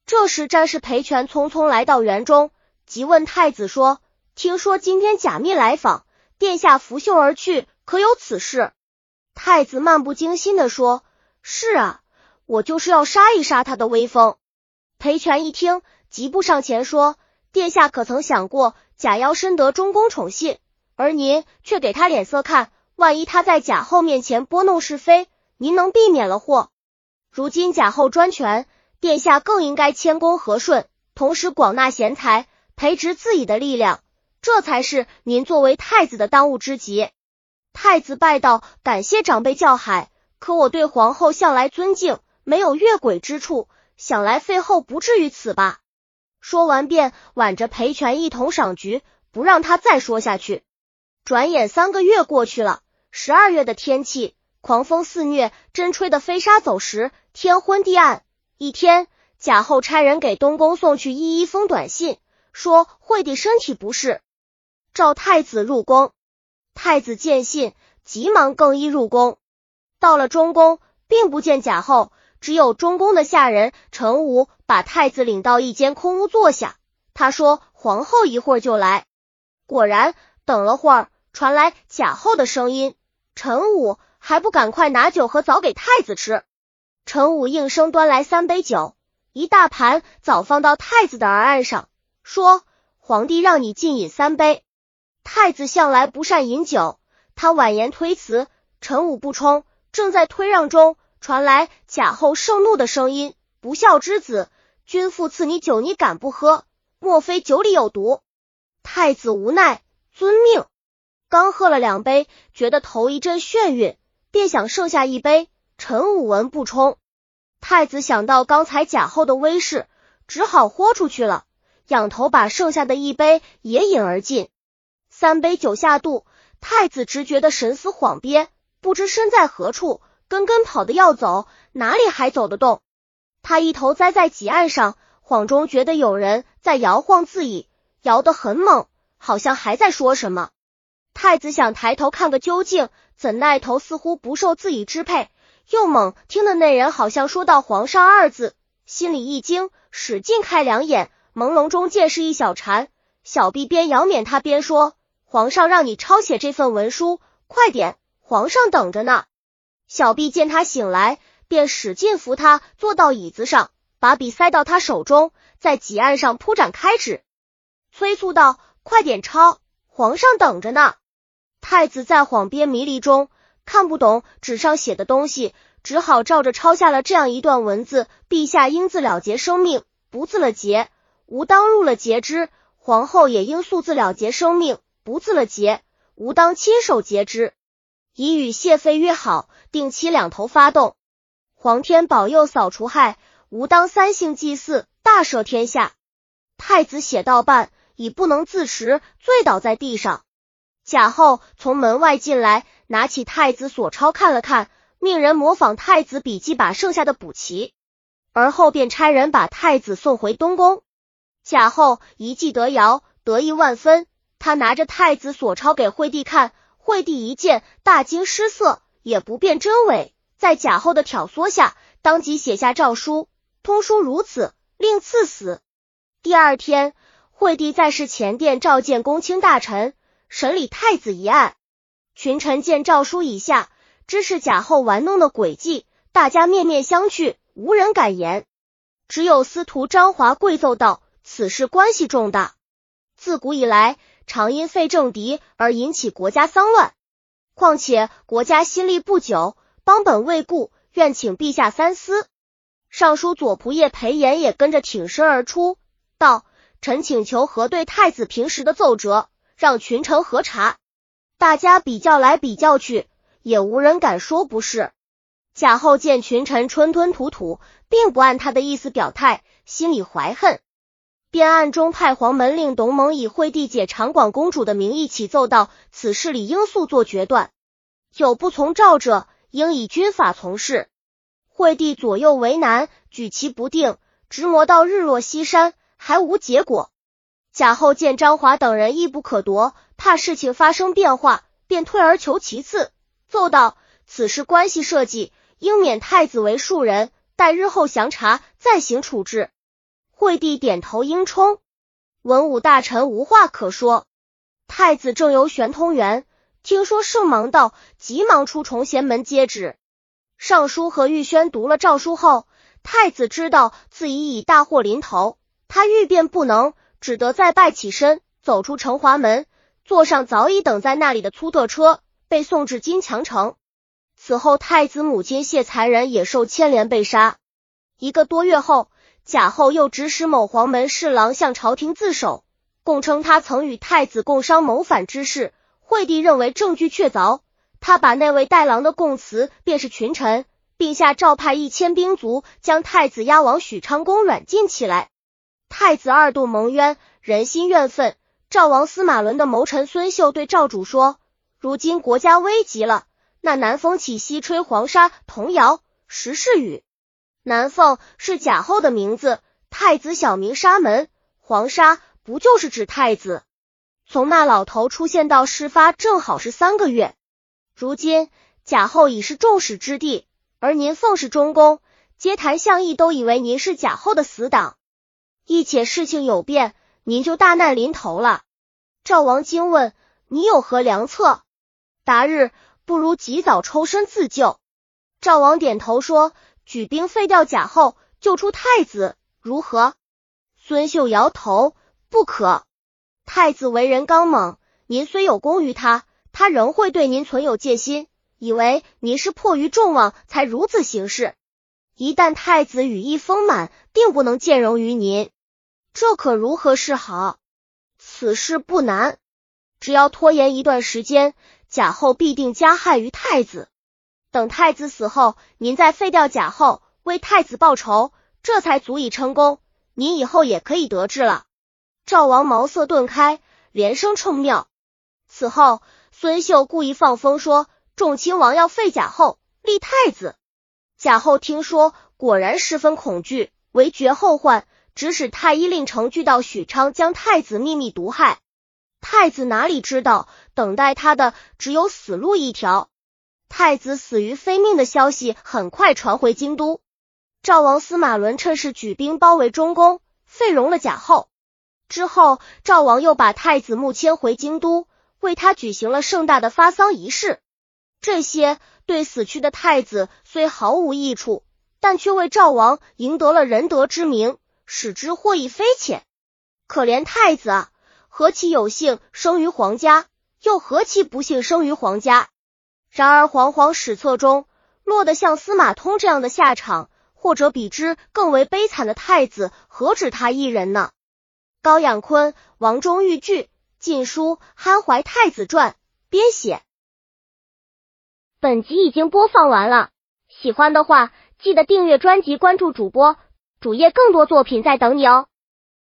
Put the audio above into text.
这时战士裴全匆匆来到园中，急问太子说：听说今天贾密来访，殿下拂袖而去，可有此事？太子漫不经心地说：是啊，我就是要杀一杀他的威风。裴全一听，急步上前说：殿下可曾想过，贾妖深得中宫宠信，而您却给他脸色看，万一他在贾后面前拨弄是非，您能避免了祸。如今贾后专权，殿下更应该谦恭和顺，同时广纳贤才，培植自己的力量，这才是您作为太子的当务之急。太子拜道：感谢长辈教诲，可我对皇后向来尊敬，没有越轨之处，想来废后不至于此吧。说完便挽着裴全一同赏菊，不让他再说下去。转眼3个月过去了，12月的天气，狂风肆虐，真吹得飞沙走石，天昏地暗。一天，贾后差人给东宫送去一封短信，说惠帝身体不适，召太子入宫。太子见信，急忙更衣入宫。到了中宫，并不见贾后，只有中宫的下人陈武把太子领到一间空屋坐下。他说：皇后一会儿就来。果然，等了会儿，传来贾后的声音。陈武还不赶快拿酒和枣给太子吃。陈武应声端来3杯酒，一大盘枣放到太子的儿案上，说：皇帝让你尽饮3杯。太子向来不善饮酒，他婉言推辞，陈武不冲，正在推让中，传来贾后盛怒的声音：不孝之子，君父赐你酒，你敢不喝？莫非酒里有毒？太子无奈，遵命。刚喝了2杯，觉得头一阵眩晕，便想剩下1杯，陈武闻不冲。太子想到刚才贾后的威势，只好豁出去了，仰头把剩下的1杯也饮而尽。3杯酒下肚，太子只觉得神思恍惚，不知身在何处，跟跑的要走，哪里还走得动？他一头栽在几案上，恍中觉得有人在摇晃自己，摇得很猛，好像还在说什么。太子想抬头看个究竟，怎奈头似乎不受自己支配，又猛听的那人好像说到皇上2字，心里一惊，使劲开2眼，朦胧中见是一小禅。小婢边摇免他边说：皇上让你抄写这份文书，快点，皇上等着呢。小婢见他醒来，便使劲扶他坐到椅子上，把笔塞到他手中，在几案上铺展开纸，催促道：快点抄，皇上等着呢。太子在恍惚迷离中看不懂纸上写的东西，只好照着抄下了这样一段文字：陛下应自了结生命，不自了结，吾当入了结之；皇后也应速自了结生命，不自了结，吾当亲手结之。已与谢妃约好，定期2头发动。皇天保佑扫除害，吾当3姓祭祀，大赦天下。太子写到半，已不能自持，醉倒在地上。贾后从门外进来，拿起太子所抄看了看，命人模仿太子笔记，把剩下的补齐，而后便差人把太子送回东宫。贾后一计得谣，得意万分，他拿着太子所抄给惠帝看，惠帝一见，大惊失色，也不辨真伪，在贾后的挑唆下，当即写下诏书，通书如此，令赐死。第2天，惠帝在事前殿召见公卿大臣，审理太子一案。群臣见诏书以下，知是贾后玩弄的诡计，大家面面相觑，无人敢言。只有司徒张华跪奏道：此事关系重大，自古以来常因废政敌而引起国家丧乱，况且国家新立不久，邦本未固，愿请陛下三思。尚书左仆射裴炎也跟着挺身而出，道：臣请求核对太子平时的奏折，让群臣核查。大家比较来比较去，也无人敢说不是。贾后见群臣吞吞吐吐，并不按他的意思表态，心里怀恨，便暗中派黄门令董猛以惠帝姐长广公主的名义启奏道：此事里应速做决断，有不从诏者，应以军法从事。惠帝左右为难，举棋不定，直磨到日落西山，还无结果。贾后见张华等人义不可夺，怕事情发生变化，便退而求其次，奏道：此事关系社稷，应免太子为庶人，待日后详查，再行处置。 惠帝点头应冲。文武大臣无话可说。太子正游玄通园，听说圣忙到，急忙出崇贤门接旨。尚书和玉轩读了诏书后，太子知道自己已大祸临头，他欲辩不能，只得再拜起身，走出承华门，坐上早已等在那里的粗特车，被送至金强城。此后太子母亲谢才人也受牵连被杀。1个多月后，贾后又指使某黄门侍郎向朝廷自首，供称他曾与太子共商谋反之事。惠帝认为证据确凿，他把那位带郎的供词便是群臣，并下诏派1000兵卒将太子押往许昌宫软禁起来。太子2度蒙冤，人心怨愤。赵王司马伦的谋臣孙秀对赵主说，如今国家危急了，那南风起西吹黄沙童谣，时是雨。南凤是贾后的名字，太子小名沙门，黄沙不就是指太子？从那老头出现到事发正好是3个月。如今贾后已是众矢之的，而您凤是中宫，街谈巷议都以为您是贾后的死党，一且事情有变，您就大难临头了。赵王惊问，你有何良策？答日，不如及早抽身自救。赵王点头说，举兵废掉贾后，救出太子，如何？孙秀摇头，不可。太子为人刚猛，您虽有功于他，他仍会对您存有戒心，以为您是迫于众望才如此行事。一旦太子羽翼丰满，定不能见容于您，这可如何是好？此事不难，只要拖延一段时间，贾后必定加害于太子。等太子死后，您再废掉贾后，为太子报仇，这才足以成功，您以后也可以得志了。赵王茅塞顿开，连声称妙。此后，孙秀故意放风说，众亲王要废贾后，立太子。贾后听说，果然十分恐惧，为绝后患，指使太医令程据到许昌，将太子秘密毒害。太子哪里知道，等待他的只有死路一条。太子死于非命的消息很快传回京都。赵王司马伦趁势举兵包围中宫，废容了贾后。之后，赵王又把太子墓迁回京都，为他举行了盛大的发丧仪式。这些对死去的太子虽毫无益处，但却为赵王赢得了仁德之名，使之获益匪浅。可怜太子啊，何其有幸生于皇家，又何其不幸生于皇家。然而煌煌史册中，落得像司马通这样的下场，或者比之更为悲惨的太子，何止他一人呢？高养坤、王中玉剧《晋书·憨怀太子传》编写。本集已经播放完了，喜欢的话记得订阅专辑，关注主播，主页更多作品在等你哦。